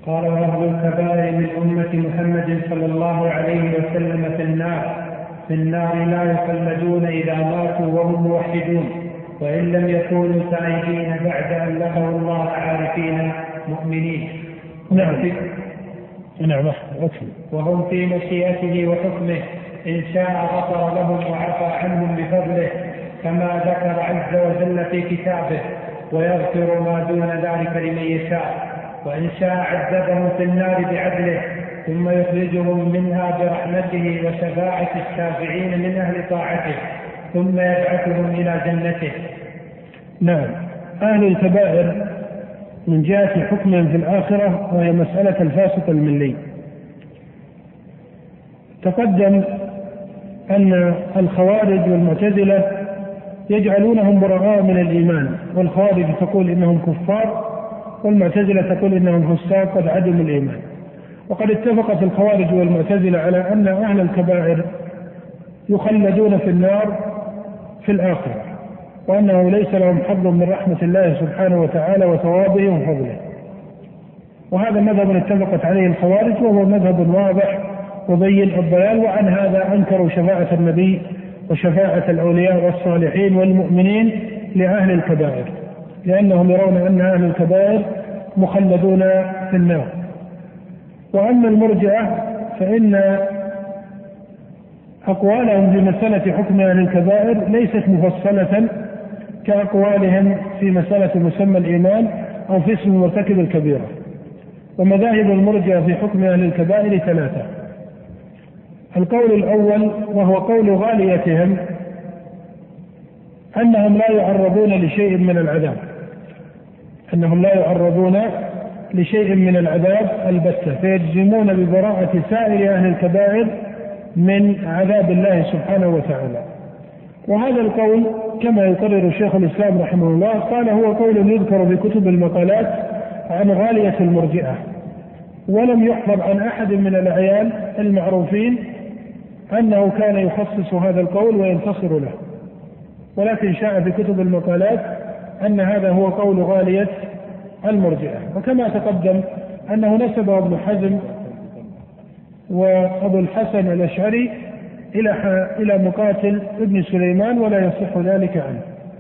قال: وأهل الكبائر من أمة محمد صلى الله عليه وسلم في النار لا يخلدون إذا ماتوا وهم موحدون، وإن لم يكونوا تائبين بعد أن لقوا الله عارفين مؤمنين. نعم. وهم في مشيئته وحكمه، إن شاء غفر لهم وعفى عنهم بفضله كما ذكر عز وجل في كتابه، ويغفر ما دون ذلك لمن يشاء، وإن شاء عذبهم في النار بعدله ثم يخرجهم منها برحمته وشفاعة الشافعين من أهل طاعته ثم يبعثهم إلى جنته. نعم. أهل الكبائر من جهة حكمهم في الآخرة وهي مسألة الفاسق الملي. تقدم أن الخوارج والمعتزلة يجعلونهم براء من الإيمان، والخوارج تقول إنهم كفار، والمعتزلة تقول إنهم فساق قد عدموا الإيمان. وقد اتفقت الخوارج والمعتزلة على أن أهل الكبائر يخلدون في النار في الآخرة، وأنه ليس لهم حظ من رحمة الله سبحانه وتعالى وثوابه وفضله. وهذا مذهب اتفقت عليه الخوارج، وهو مذهب واضح وبين الضلال. وعن هذا أنكروا شفاعة النبي وشفاعة الأولياء والصالحين والمؤمنين لأهل الكبائر، لأنهم يرون أن أهل الكبائر مخلدون في النار. وأما المرجئة فإن أقوالهم في مسألة حكم أهل الكبائر ليست مفصلة كأقوالهم في مسألة مسمى الإيمان أو في اسم مرتكب الكبيرة. ومذاهب المرجئة في حكم أهل الكبائر ثلاثة. القول الأول وهو قول غاليتهم أنهم لا يعرضون لشيء من العذاب، أنهم لا يعرضون لشيء من العذاب البتة، فيجزمون ببراءة سائر أهل الكبائر من عذاب الله سبحانه وتعالى. وهذا القول كما يقرر شيخ الإسلام رحمه الله قال هو قول يذكر في كتب المقالات عن غالية المرجئة، ولم يحفظ عن أحد من الأعيان المعروفين أنه كان يخصص هذا القول وينتصر له، ولكن شاء في كتب المقالات أن هذا هو قول غالية المرجئة. وكما تقدم أنه نسب ابن حزم وأبو الحسن الأشعري إلى مقاتل ابن سليمان، ولا يصح ذلك عنه،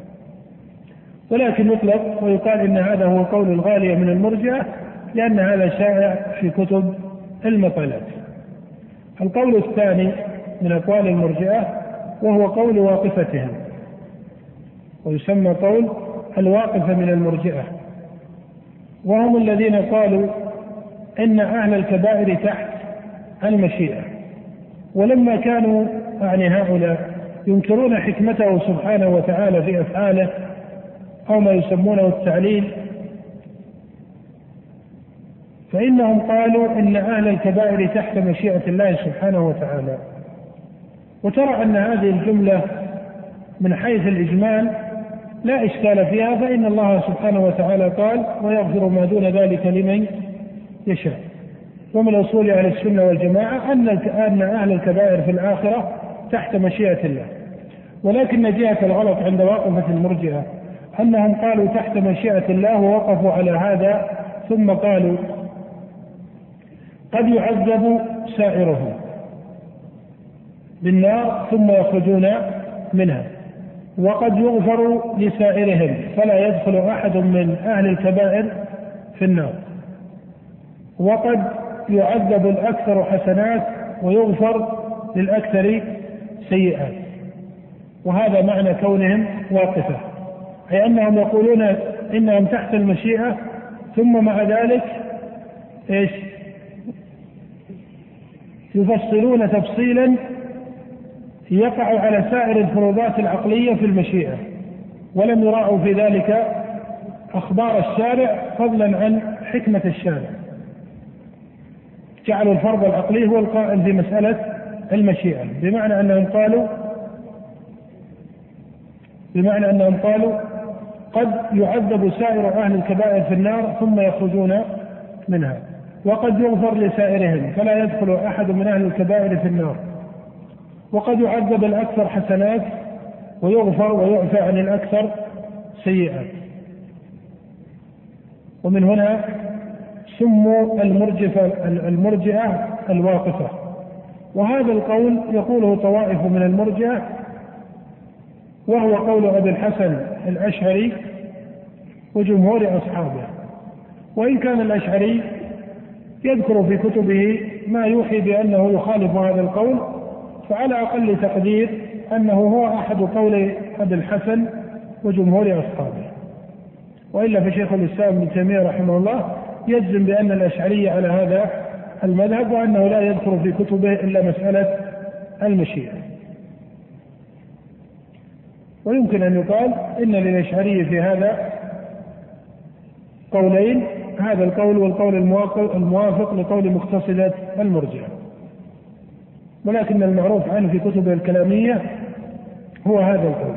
ولكن يطلق ويقال إن هذا هو قول الغالية من المرجئة لأن هذا شائع في كتب المقالات. القول الثاني من أقوال المرجئة وهو قول واقفتهم، ويسمى قول الواقفة من المرجئة، وهم الذين قالوا إن أهل الكبائر تحت المشيئة. ولما كانوا هؤلاء ينكرون حكمته سبحانه وتعالى في أفعاله أو ما يسمونه التعليل، فإنهم قالوا إن أهل الكبائر تحت مشيئة الله سبحانه وتعالى. وترى أن هذه الجملة من حيث الإجمال لا إشكال فيها، فإن الله سبحانه وتعالى قال ويغفر ما دون ذلك لمن يشاء. ومن أصول أهل السنة والجماعة أن أهل الكبائر في الآخرة تحت مشيئة الله. ولكن جهة الغلط عند واقفة المرجئة أنهم قالوا تحت مشيئة الله ووقفوا على هذا، ثم قالوا قد يعذب سائرهم بالنار ثم يخرجون منها، وقد يغفر لسائرهم فلا يدخل أحد من أهل الكبائر في النار، وقد يعذب الأكثر حسنات ويغفر للأكثر سيئات. وهذا معنى كونهم واقفة، أي أنهم يقولون إنهم تحت المشيئة، ثم مع ذلك يفصلون تفصيلا يقع على سائر الفروضات العقلية في المشيئة، ولم يراعوا في ذلك أخبار الشارع فضلا عن حكمة الشارع. جعلوا الفرض العقلي هو القائم في مسألة المشيئة، بمعنى أنهم قالوا قد يعذب سائر أهل الكبائر في النار ثم يخرجون منها، وقد يغفر لسائرهم فلا يدخل أحد من أهل الكبائر في النار، وقد يعذب الأكثر حسنات ويغفر ويعفى عن الأكثر سيئات. ومن هنا سموا المرجئة الواقفة. وهذا القول يقوله طوائف من المرجئة، وهو قول أبي الحسن الأشعري وجمهور أصحابه. وإن كان الأشعري يذكر في كتبه ما يوحي بأنه يخالف هذا القول، فعلى أقل تقدير أنه هو أحد قولي أبي الحسن وجمهور أصحابه. وإلا فشيخ الإسلام ابن تيمية رحمه الله يجزم بأن الأشعري على هذا المذهب، وأنه لا يذكر في كتبه إلا مسألة المشيئة. ويمكن أن يقال إن للأشعري في هذا قولين، هذا القول والقول الموافق لقول مقتصدة المرجئة، ولكن المعروف عنه في كتبه الكلامية هو هذا القول.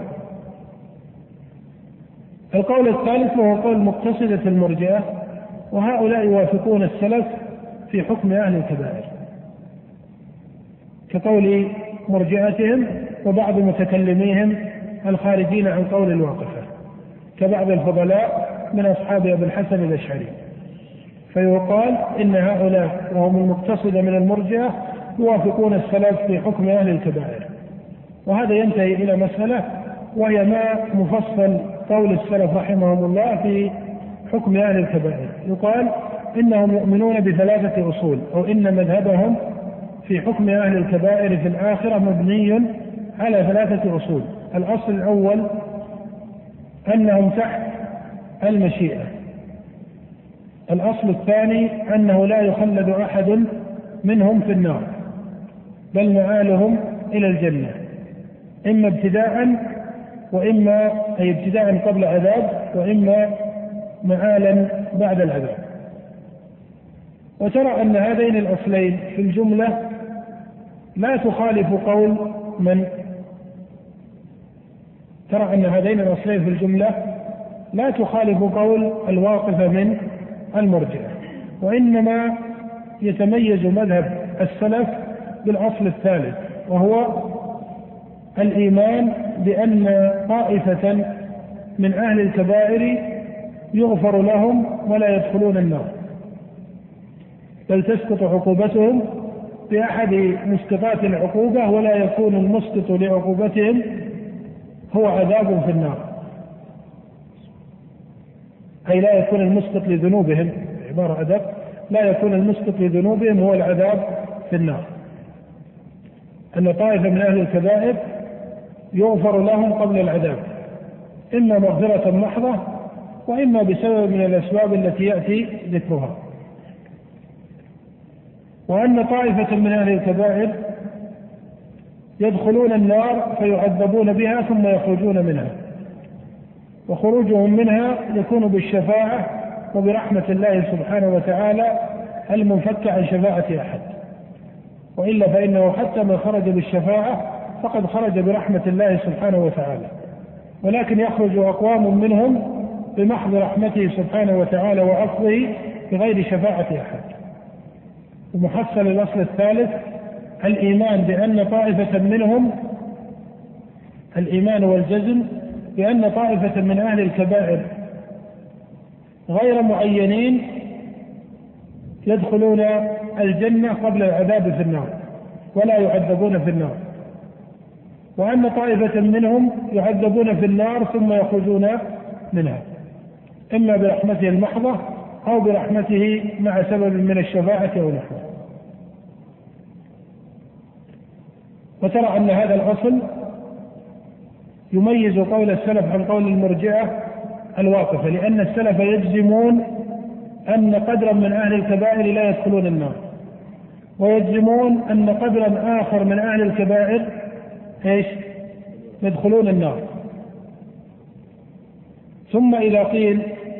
القول الثالث وهو قول مقتصدة المرجئة، وهؤلاء يوافقون السلف في حكم أهل الكبائر كقول مرجئتهم وبعض متكلميهم الخارجين عن قول الواقفة كبعض الفضلاء من أصحاب أبي الحسن الأشعري. فيقال إن هؤلاء وهم المقتصدة من المرجئة يوافقون السلف في حكم أهل الكبائر. وهذا ينتهي إلى مسألة، وهي ما مفصل قول السلف رحمهم الله في حكم أهل الكبائر. يقال إنهم يؤمنون بثلاثة أصول، أو إن مذهبهم في حكم أهل الكبائر في الآخرة مبني على ثلاثة أصول. الأصل الأول أنهم تحت المشيئة. الأصل الثاني أنه لا يخلد أحد منهم في النار، بل مآلهم إلى الجنة، إما ابتداء وإما أي ابتداء قبل عذاب، وإما مآلا بعد العذاب. وترى أن هذين الأصلين في الجملة لا تخالف قول من ترى أن هذين الأصلين في الجملة لا تخالف قول الواقفة من المرجئة، وإنما يتميز مذهب السلف بالأصل الثالث، وهو الإيمان بأن طائفة من أهل الكبائر يغفر لهم ولا يدخلون النار، بل تسقط عقوبتهم بأحد مسقطات العقوبة، ولا يكون المسقط لعقوبتهم هو عذاب في النار، أي لا يكون المسقط لذنوبهم، عبارة أدب، لا يكون المسقط لذنوبهم هو العذاب في النار. أن طائفة من أهل الكبائر يغفر لهم قبل العذاب، إما مغفرة محضة وإما بسبب من الأسباب التي يأتي ذكرها. وأن طائفة من أهل الكبائر يدخلون النار فيعذبون بها ثم يخرجون منها، وخروجهم منها يكون بالشفاعة وبرحمة الله سبحانه وتعالى المنفك عن شفاعة أحد، وإلا فإنه حتى من خرج بالشفاعة فقد خرج برحمة الله سبحانه وتعالى، ولكن يخرج أقوام منهم بمحض رحمته سبحانه وتعالى وعفوه بغير شفاعة أحد. ومحصل الأصل الثالث الإيمان بأن طائفة منهم، الإيمان والجزم بأن طائفة من أهل الكبائر غير معينين يدخلون الجنة قبل العذاب في النار ولا يعذبون في النار، وأن طائفة منهم يعذبون في النار ثم يخرجون منها، إما برحمته المحضة أو برحمته مع سبب من الشفاعة أو نحوه. وترى أن هذا الأصل يميز قول السلف عن قول المرجئة الواقفة، لأن السلف يجزمون أن قدرا من أهل الكبائر لا يدخلون النار، ويجزمون أن قدرا آخر من أهل الكبائر يدخلون النار. ثم إذا قيل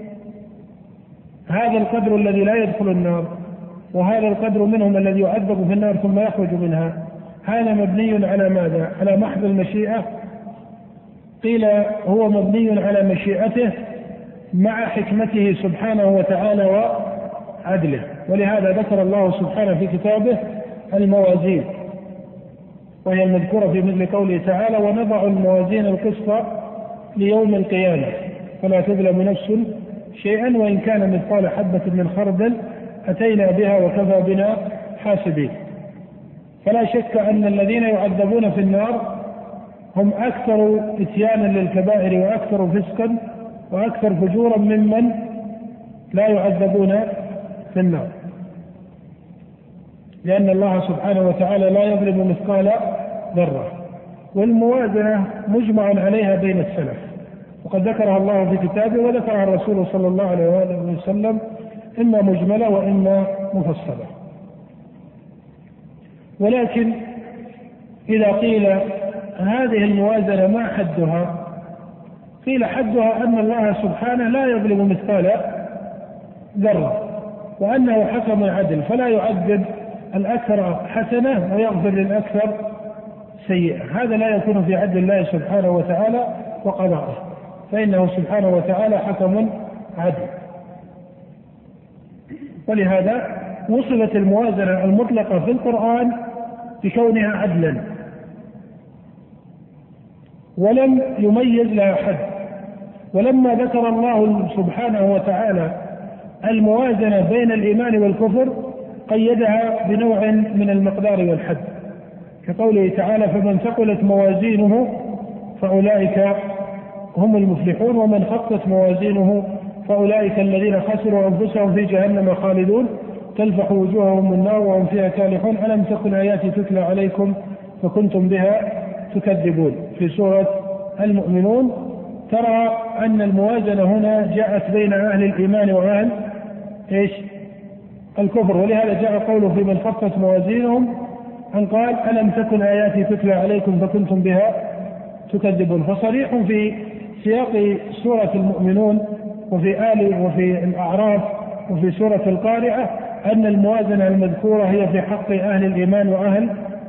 هذا القدر الذي لا يدخل النار وهذا القدر منهم الذي يعذب في النار ثم يخرج منها، هذا مبني على ماذا؟ على محض المشيئة؟ قيل هو مبني على مشيئته مع حكمته سبحانه وتعالى وعدله، ولهذا ذكر الله سبحانه في كتابه الموازين، وهي المذكورة في مثل قوله تعالى: ونضع الموازين القسط ليوم القيامة فلا تظلم نفس شيئا وإن كان مثقال حبة من خردل أتينا بها وكفى بنا حاسبين. فلا شك أن الذين يعذبون في النار هم أكثر إتيانا للكبائر وأكثر فسقا وأكثر فجورا ممن لا يعذبون في النار، لأن الله سبحانه وتعالى لا يظلم مثقال ذرة. والموازنة مجمع عليها بين السلف، وقد ذكرها الله في كتابه وذكرها الرسول صلى الله عليه وآله وسلم، إما مجملة وإما مفصلة. ولكن إذا قيل هذه الموازنة ما حدها؟ قيل حدها أن الله سبحانه لا يظلم مثقال ذرة، وأنه حكم عدل، فلا يعذب الأكثر حسنة ويغفر للأكثر سيئة. هذا لا يكون في عدل الله سبحانه وتعالى وقضائه، فإنه سبحانه وتعالى حكم عدل. ولهذا وصلت الموازنة المطلقة في القرآن بكونها عدلا، ولم يميز لها حد. ولما ذكر الله سبحانه وتعالى الموازنة بين الإيمان والكفر قيدها بنوع من المقدار والحد، كقوله تعالى: فمن ثقلت موازينه فأولئك هم المفلحون، ومن خفت موازينه فأولئك الذين خسروا أنفسهم في جهنم خالدون تلفح وجوههم النار وهم فيها كالحون ألم تكن آياتي تتلى عليكم فكنتم بها تكذبون. في سورة المؤمنون ترى أن الموازنة هنا جاءت بين أهل الإيمان وأهل الكفر، ولهذا جاء قوله في من خفت موازينهم أن قال: ألم تكن آياتي تتلى عليكم فكنتم بها تكذبون. فصريح في سياق سورة المؤمنون وفي الأعراف وفي سورة القارعة أن الموازنة المذكورة هي في حق أهل الإيمان وأهل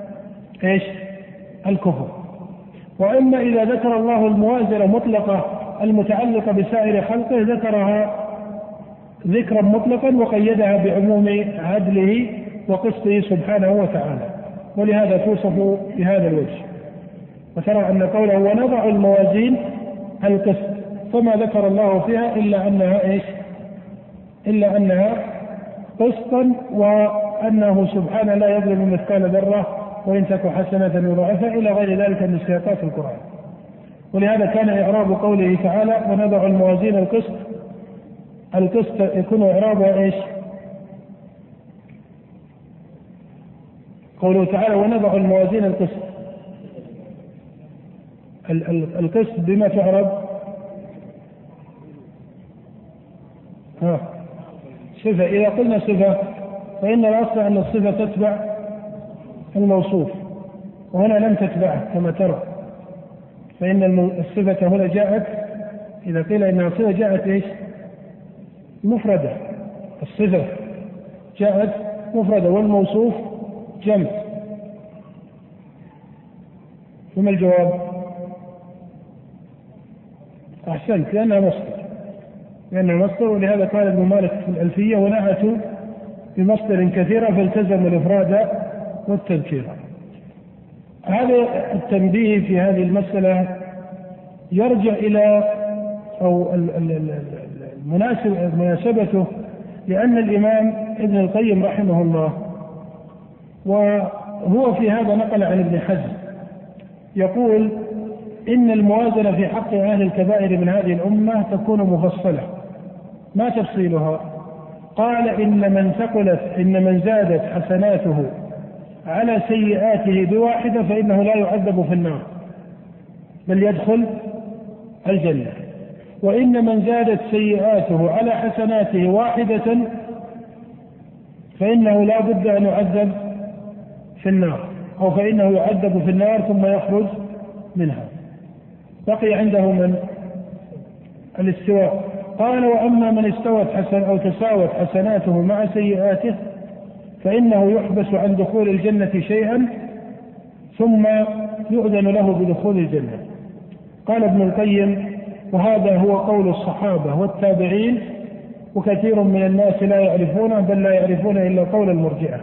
الكفر. وإما إذا ذكر الله الموازنة مطلقة المتعلقة بسائر خلقه ذكرها ذكرا مطلقا وقيدها بعموم عدله وقسطه سبحانه وتعالى، ولهذا توصف بهذا الوجه. وترى أن قوله ونضع الموازين القسط فما ذكر الله فيها إلا أنها قسطا، وأنه سبحانه لا يظلم مثقال ذرة وإن تك حسنة يضاعفها إلى غير ذلك من سياقات القرآن. ولهذا كان إعراب قوله تعالى ونضع الموازين القسط يكون إعرابها قوله تعالى ونضع الموازين القسط. القسط بما تعرب صفة. إذا قلنا صفة فإن الأصل أن الصفة تتبع الموصوف، وهنا لم تتبعه كما ترى، فإن الصفة هنا جاءت إذا قيل إنها صفة جاءت مفردة. الصفة جاءت مفردة والموصوف جمع. ثم الجواب أحسنت لأنها مصدر، ولهذا قال ابن مالك في الألفية ونعتوا بمصدر كثيرة فالتزموا الإفراد والتذكير. هذا التنبيه في هذه المسألة يرجع إلى أو مناسبته لأن الإمام ابن القيم رحمه الله وهو في هذا نقل عن ابن حزم يقول إن الموازنة في حق أهل الكبائر من هذه الأمة تكون مفصلة. ما تفصيلها؟ قال إن من زادت حسناته على سيئاته بواحدة فإنه لا يعذب في النار بل يدخل الجنة، وإن من زادت سيئاته على حسناته واحدة فإنه لا بد أن يعذب في النار، أو فإنه يعذب في النار ثم يخرج منها. بقي عنده من الاستواء. قال وأما من استوت أو تساوت حسناته مع سيئاته فإنه يحبس عن دخول الجنة شيئا ثم يؤذن له بدخول الجنة. قال ابن القيم وهذا هو قول الصحابة والتابعين وكثير من الناس لا يعرفونه، بل لا يعرفون إلا قول المرجئة.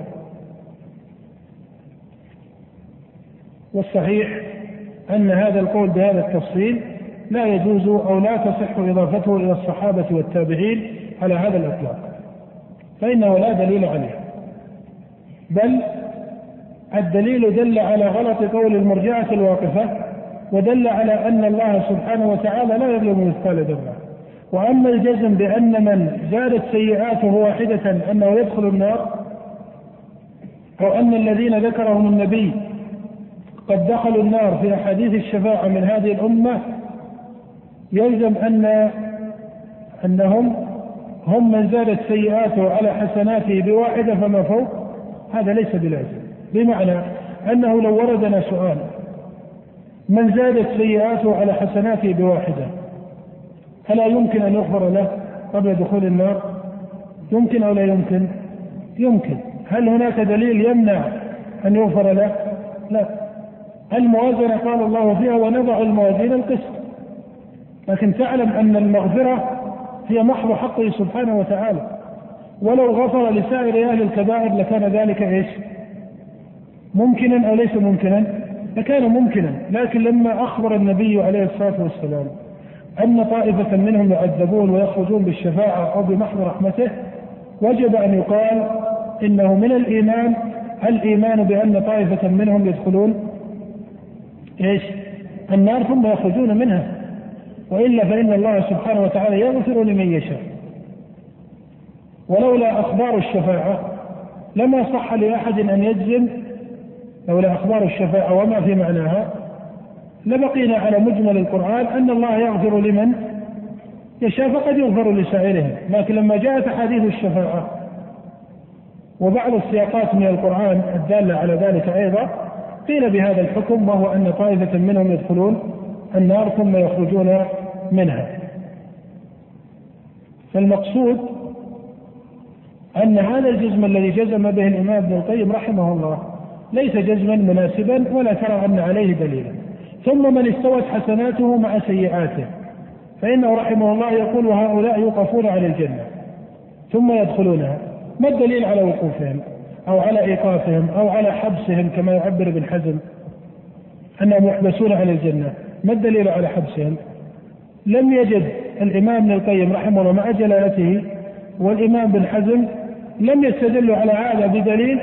والصحيح أن هذا القول بهذا التفصيل لا يجوز أو لا تصح إضافته إلى الصحابة والتابعين على هذا الإطلاق. فإنه لا دليل عليه، بل الدليل دل على غلط قول المرجعة الواقفة، ودل على أن الله سبحانه وتعالى لا يظلم مثقال ذرة. وأما الجزم بأن من زادت سيئاته واحدة أنه يدخل النار، أو أن الذين ذكرهم النبي قد دخلوا النار في أحاديث الشفاعة من هذه الأمة، يلزم أنهم هم من زادت سيئاته على حسناته بواحدة فما فوق، هذا ليس بلازم. بمعنى أنه لو وردنا سؤال من زادت سيئاته على حسناته بواحدة ألا يمكن أن يغفر له قبل دخول النار؟ يمكن أو لا يمكن؟ يمكن. هل هناك دليل يمنع أن يغفر له؟ لا. الموازنة قال الله فيها ونضع الموازين القسط، لكن تعلم أن المغفرة هي محض حقه سبحانه وتعالى، ولو غفر لسائر أهل الكبائر لكان ذلك إيش؟ ممكنا أو ليس ممكنا؟ لكان ممكنا. لكن لما أخبر النبي عليه الصلاة والسلام أن طائفة منهم يعذبون ويخرجون بالشفاعة أو بمحض رحمته، وجب أن يقال إنه من الإيمان بأن طائفة منهم يدخلون إيش؟ النار ثم يخرجون منها، وإلا فإن الله سبحانه وتعالى يغفر لمن يشاء. ولولا أخبار الشفاعة لما صح لأحد أن يجزم، لولا أخبار الشفاعة وما في معناها لبقينا على مجمل القرآن أن الله يغفر لمن يشاء فقد يغفر لسائرهم. لكن لما جاءت أحاديث الشفاعة وبعض السياقات من القرآن الدالة على ذلك أيضا، قيل بهذا الحكم، وهو أن طائفة منهم يدخلون النار ثم يخرجون منها. فالمقصود أن هذا الجزم الذي جزم به الإمام ابن القيم رحمه الله ليس جزما مناسبا ولا ترى أن عليه دليلا. ثم من استوت حسناته مع سيئاته فإنه رحمه الله يقول وهؤلاء يوقفون على الجنة ثم يدخلونها. ما الدليل على وقوفهم أو على إيقافهم أو على حبسهم كما يعبر ابن حزم أنهم يحبسون على الجنة؟ ما الدليل على حبسهم؟ لم يجد الإمام ابن القيم رحمه الله مع جلالته والإمام ابن حزم لم يستدلوا على هذا بدليل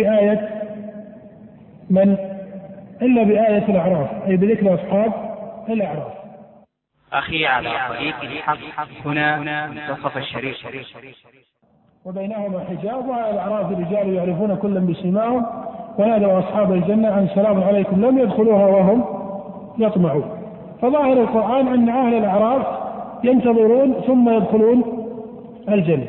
إلا بآية الأعراف، أي بذكر أصحاب الأعراف. أخي على طريق الحق هنا منتصف الشريف وبينهما حجاب، وعلى الأعراف رجال يعرفون كلا بسيماهم ونادوا أصحاب الجنة أن سلام عليكم لم يدخلوها وهم يطمعون. فظاهر القرآن أن أهل الأعراف ينتظرون ثم يدخلون الجنة،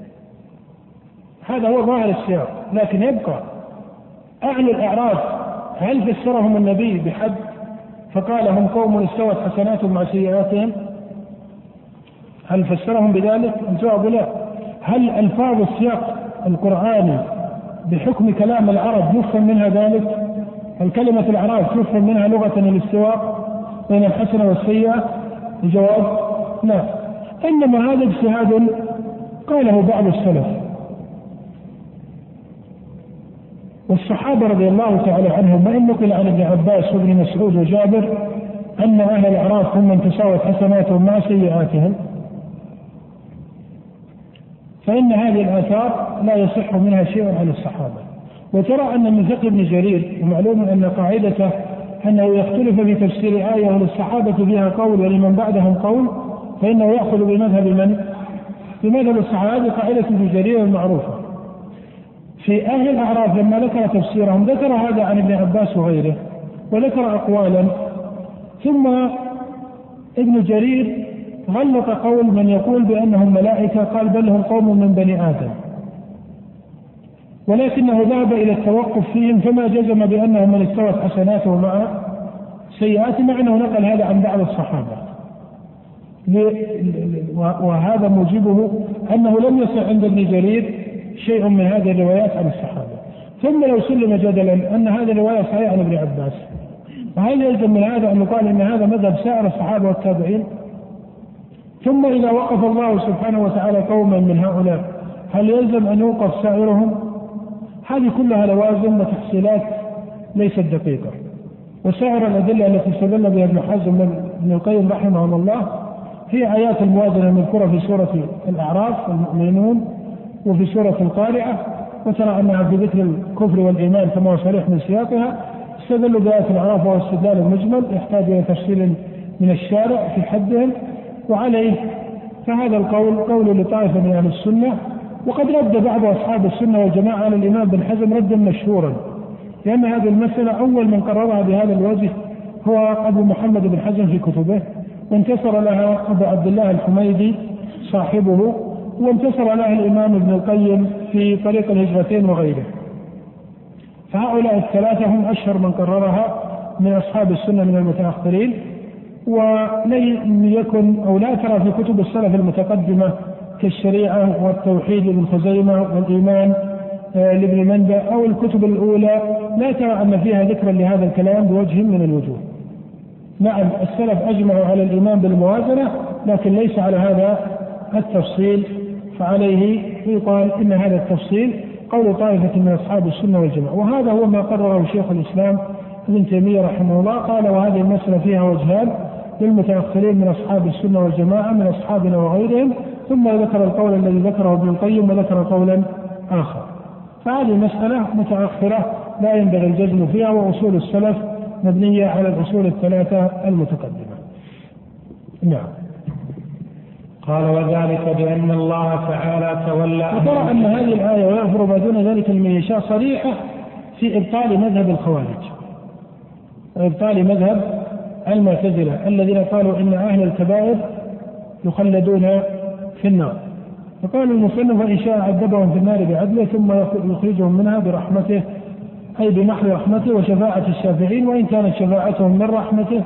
هذا هو ظاهر السياق. لكن يبقى أهل الأعراف هل فسرهم النبي بحد فقال هم قوم استوت حسناتهم مع سيئاتهم؟ هل فسرهم بذلك؟ الجواب لا. هل ألفاظ السياق القرآني بحكم كلام العرب يفهم منها ذلك؟ هل كلمة الأعراف يفهم منها لغة الاستواء بين الحسنة والسيئة؟ الجواب لا. إنما هذا اجتهاد قاله بعض السلف والصحابة رضي الله تعالى عنهم، وإن نقل عن ابن عباس وابن مسعود وجابر أن أهل الأعراف هم من تساوت حسناتهم مع سيئاتهم، فإن هذه الآثار لا يصح منها شيء عن الصحابة. وترى أن من فقه ابن جرير ومعلوم أن قاعدته أنه يختلف في تفسير آية وللصحابة فيها قول ولمن بعدهم قول، فإنه يأخذ بمذهب الصحابة. قاعدة ابن جرير المعروفة في أهل الأعراف لما ذكر تفسيرهم ذكر هذا عن ابن عباس وغيره وذكر أقوالا، ثم ابن جرير غلط قول من يقول بأنهم ملائكة، قال بل هم قوم من بني آدم، ولكنه ذهب إلى التوقف فيهم فما جزم بأنهم من استوت حسناته مع سيئاته، مع أنه نقل هذا عن بعض الصحابة. وهذا موجبه أنه لم يصح عند ابن جرير شيء من هذه الروايات عن الصحابة. ثم لو سلم جدلا أن هذه الرواية صحيحة عن ابن عباس، فهل يلزم من هذا أن يقال أن هذا مذهب سائر الصحابة والتابعين؟ ثم إذا وقف الله سبحانه وتعالى قوما من هؤلاء هل يلزم أن يوقف سائرهم؟ هذه كلها لوازم وتحصيلات ليست دقيقة. وسائر الأدلة التي استدل بها ابن حزم ابن القيم رحمه الله هي آيات الموازنة المذكورة في سورة الأعراف والمؤمنون وفي سورة القارعة، وترى أنها في ذكر الكفر والإيمان كما هو صريح من سياقها. استدلوا بآية الأعراف وهو استدلال المجمل يحتاج إلى تفصيل من الشارع في حدهم، وعليه فهذا القول قول لطائفة من أهل السنة. وقد رد بعض أصحاب السنة والجماعة على الإمام بن حزم ردا مشهورا، لأن هذه المسألة أول من قررها بهذا الوجه هو أبو محمد بن حزم في كتبه، وانتصر لها أبو عبد الله الحميدي صاحبه، وانتصر لها الإمام ابن القيم في طريق الهجرتين وغيره. فهؤلاء الثلاثة هم أشهر من قررها من أصحاب السنة من المتأخرين، ولم يكن أو لا ترى في كتب السلف المتقدمة كالشريعة والتوحيد لابن خزيمة والإيمان لابن مندى أو الكتب الأولى لا ترى أن فيها ذكرا لهذا الكلام بوجه من الوجوه. نعم السلف أجمعوا على الإيمان بالموازنة، لكن ليس على هذا التفصيل، فعليه يقال إن هذا التفصيل قول طائفة من أصحاب السنة والجماعة، وهذا هو ما قرره شيخ الإسلام ابن تيمية رحمه الله. قال وهذه المسألة فيها وجهان للمتأخرين من أصحاب السنة والجماعة من أصحابنا وغيرهم، ثم ذكر القول الذي ذكره ابن القيم وذكر قولا آخر. فهذه مسألة متأخرة لا ينبغي الجزم فيها، وأصول السلف مبنية على الأصول الثلاثة المتقدمة. نعم. قال وذلك بأن الله تعالى تولى. وترى أن هذه الآية ويغفر ما دون ذلك لمن يشاء صريحة في إبطال مذهب الخوارج وإبطال مذهب المعتزلة الذين قالوا إن أهل الكبائر يخلدون في النار. فقال المصنف إن شاء عذبهم في النار بعدله ثم يخرجهم منها برحمته، أي بمحض رحمته وشفاعة الشافعين، وإن كانت شفاعتهم من رحمته،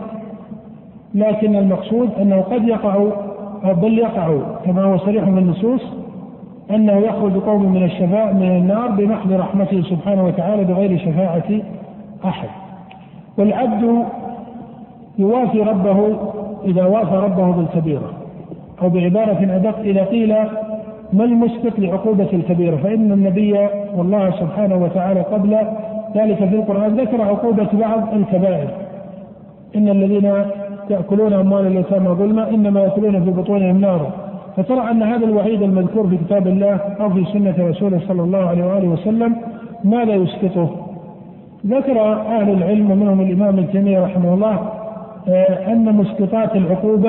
لكن المقصود أنه قد يقع أو بل يقع كما هو صريح من النصوص أنه يخرج قوم من النار بمحض رحمته سبحانه وتعالى بغير شفاعة أحد. والعبد يوافي ربه إذا وافى ربه بالكبيرة، أو بعبارة أدق إذا قيل ما المسبق لعقوبة الكبيرة، فإن النبي والله سبحانه وتعالى قبل ذلك في القرآن ذكر عقوبة بعض الكبائر. إن الذين يأكلون أموال اليتامى ظلما إنما يأكلون في بطونهم نارا. فترى أن هذا الوعيد المذكور في كتاب الله أو في سنة رسوله صلى الله عليه وآله وسلم ما لا يسقطه. ذكر أهل العلم ومنهم الإمام ابن تيمية رحمه الله أن مسقطات العقوبة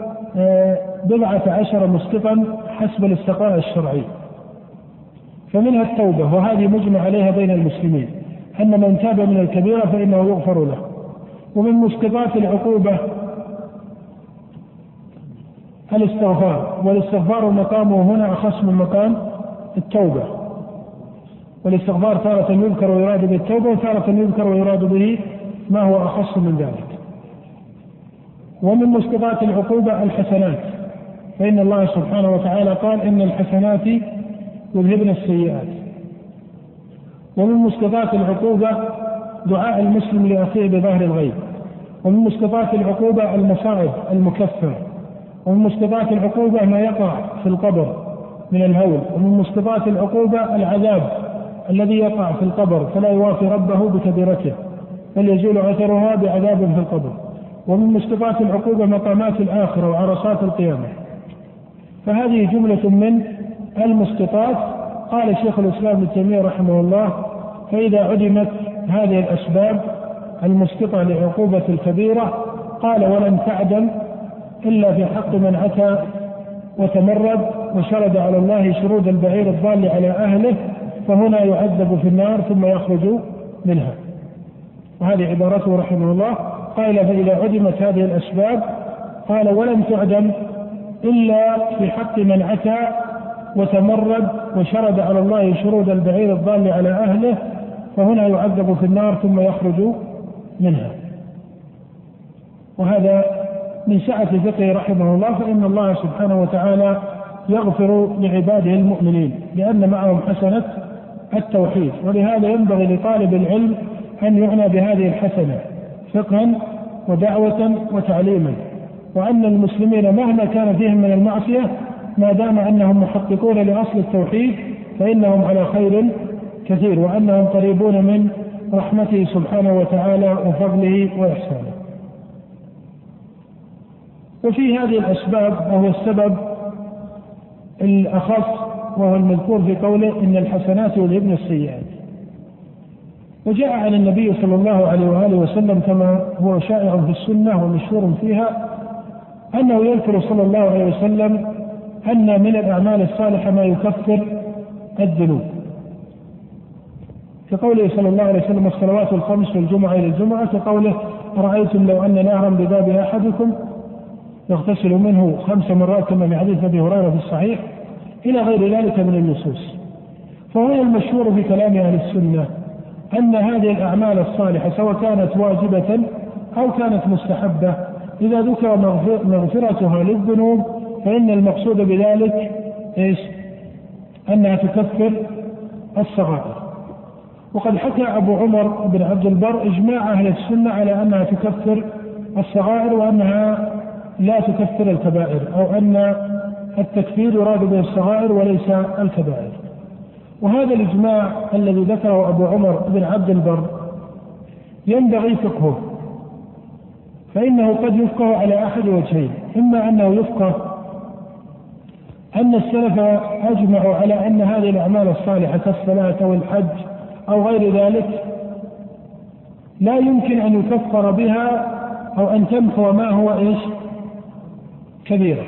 17 مسقطا حسب الاستقراء الشرعي، فمنها التوبة، وهذه مجمع عليها بين المسلمين أن من تاب من الكبيرة فإنه يغفر له. ومن مسقطات العقوبة الاستغفار، والاستغفار مقامه هنا أخص من مقام التوبة، والاستغفار تارة يذكر ويراد به التوبة، وتارة يذكر ويراد به ما هو أخص من ذلك. ومن مسقطات العقوبة الحسنات، فإن الله سبحانه وتعالى قال إن الحسنات يذهبن السيئات. ومن مسقطات العقوبة دعاء المسلم لأخيه بظهر الغيب. ومن مسقطات العقوبة المصائب المكفر. ومن مسقطات العقوبة ما يقع في القبر من الهول. ومن مسقطات العقوبة العذاب الذي يقع في القبر فلا يوافي ربه بكبيرته بل يزول أثرها بعذاب في القبر. ومن مسقطات العقوبة مقامات الآخرة وعرصات القيامة. فهذه جملة من المسقطات. قال شيخ الإسلام ابن تيمية رحمه الله فإذا عدمت هذه الأسباب المسقطة لعقوبة الكبيرة قال ولم تعدم إلا في حق من أتى وتمرد وشرد على الله شرود البعير الضال على أهله فهنا يعذب في النار ثم يخرج منها. وهذه عبارته رحمه الله. قال فإذا عدمت هذه الأسباب قال ولم تعدم إلا في حق من أتى وتمرد وشرد على الله شرود البعير الضال على أهله فهنا يعذب في النار ثم يخرج منها. وهذا من سعة فقهه رحمه الله، فإن الله سبحانه وتعالى يغفر لعباده المؤمنين لأن معهم حسنة التوحيد، ولهذا ينبغي لطالب العلم أن يعنى بهذه الحسنة فقها ودعوة وتعليما، وأن المسلمين مهما كان فيهم من المعصية ما دام أنهم محققون لأصل التوحيد فإنهم على خير كثير، وأنهم قريبون من رحمته سبحانه وتعالى وفضله وإحسانه. وفي هذه الأسباب وهو السبب الأخص وهو المذكور في قوله إن الحسنات يذهبن السيئات. وجاء عن النبي صلى الله عليه وآله وسلم كما هو شائع في السنة ومشهور فيها أنه يذكر صلى الله عليه وسلم أن من الأعمال الصالحة ما يكفر الذنوب، كقوله صلى الله عليه وسلم الصلوات الخمس والجمعة إلى الجمعة، كقوله أرأيتم لو أن نهرا بباب أحدكم يغتسل منه 5 مرات كما في حديث أبي هريرة في الصحيح، إلى غير ذلك من النصوص. فهو المشهور في كلام أهل السنة أن هذه الأعمال الصالحة سواء كانت واجبة أو كانت مستحبة إذا ذكر مغفرتها للذنوب فإن المقصود بذلك إيش؟ أنها تكفر الصغائر. وقد حكى أبو عمر بن عبد البر إجماع أهل السنة على أنها تكفر الصغائر وأنها لا تكفر الكبائر، أو أن التكفير يراد به الصغائر وليس الكبائر. وهذا الإجماع الذي ذكره أبو عمر بن عبد البر ينبغي فقهه، فإنه قد يفقه على أحد وجهين: إما أنه يفقه أن السلف أجمعوا على أن هذه الأعمال الصالحة كالصلاة أو الحج أو غير ذلك لا يمكن أن يكفر بها أو أن تمحو ما هو إيش؟ كبيرة.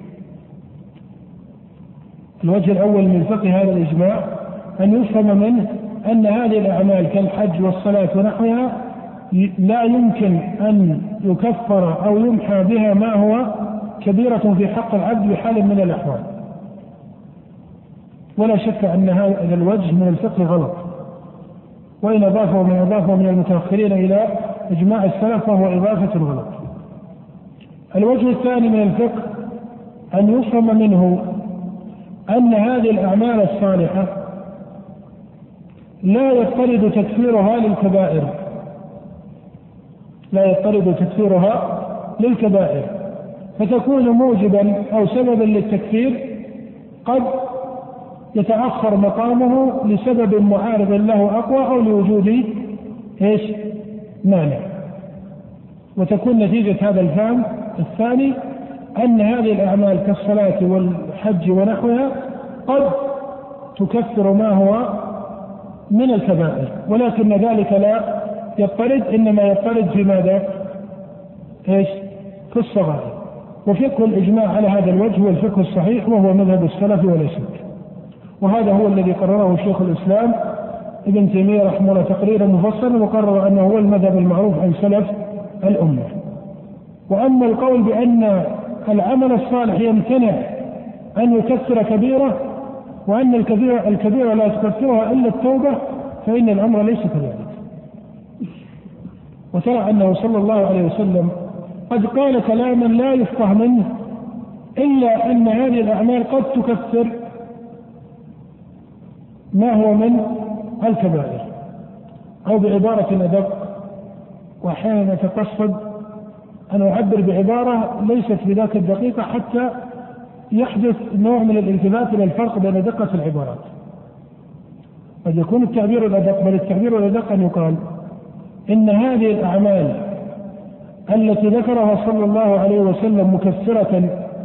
الوجه الأول من فقه هذا الإجماع أن يفهم منه أن هذه الأعمال كالحج والصلاة ونحوها لا يمكن أن يكفر أو يمحى بها ما هو كبيرة في حق العبد بحال من الأحوال. ولا شك أن هذا الوجه من الفقه غلط، وإن أضافه من المتأخرين إلى إجماع السلف فهو إضافة غلط. الوجه الثاني من الفقه أن يفهم منه أن هذه الأعمال الصالحة لا يضطرد تكفيرها للكبائر، لا يضطرد تكفيرها للكبائر، فتكون موجبا أو سببا للتكفير قد يتأخر مقامه لسبب معارض له أقوى أو لوجود إيش؟ مانع. وتكون نتيجة هذا الفهم الثاني أن هذه الأعمال كالصلاة والحج ونحوها قد تكفر ما هو من الكبائر، ولكن ذلك لا يضطرد، إنما يضطرد في ماذا؟ إيش؟ في الصغائر. وفقه الإجماع على هذا الوجه هو الفقه الصحيح، وهو مذهب السلف ولا شك. وهذا هو الذي قرره شيخ الإسلام ابن تيمية رحمه الله تقريرا مفصلا، وقرر أنه هو المذهب المعروف عن سلف الأمة. وأما القول بأن العمل الصالح يمتنع أن يكفر كبيرة وأن الكبيرة لا تكفرها إلا التوبة فإن الأمر ليس كذلك. وترى أنه صلى الله عليه وسلم قد قال كلاما لا يفقه منه إلا أن هذه الأعمال قد تكفر ما هو من الكبائر، أو بعبارة أدق، وأحيانا أتقصد أن أعبر بعبارة ليست بذاك الدقيقة حتى يحدث نوع من الالتفات إلى الفرق بين دقة العبارات. قد يكون التعبير الأدق، بل التعبير الأدق أن يقال إن هذه الأعمال التي ذكرها صلى الله عليه وسلم مكفرة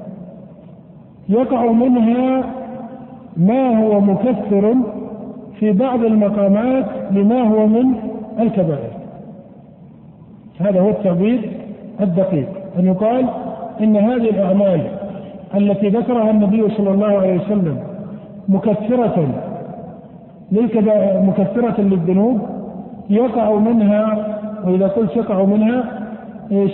يقع منها ما هو مكفر في بعض المقامات لما هو من الكبائر. هذا هو التعبير الدقيق، أن يقال إن هذه الأعمال التي ذكرها النبي صلى الله عليه وسلم مكفرة للذنوب يقع منها، وإذا قلت يقع منها إيش؟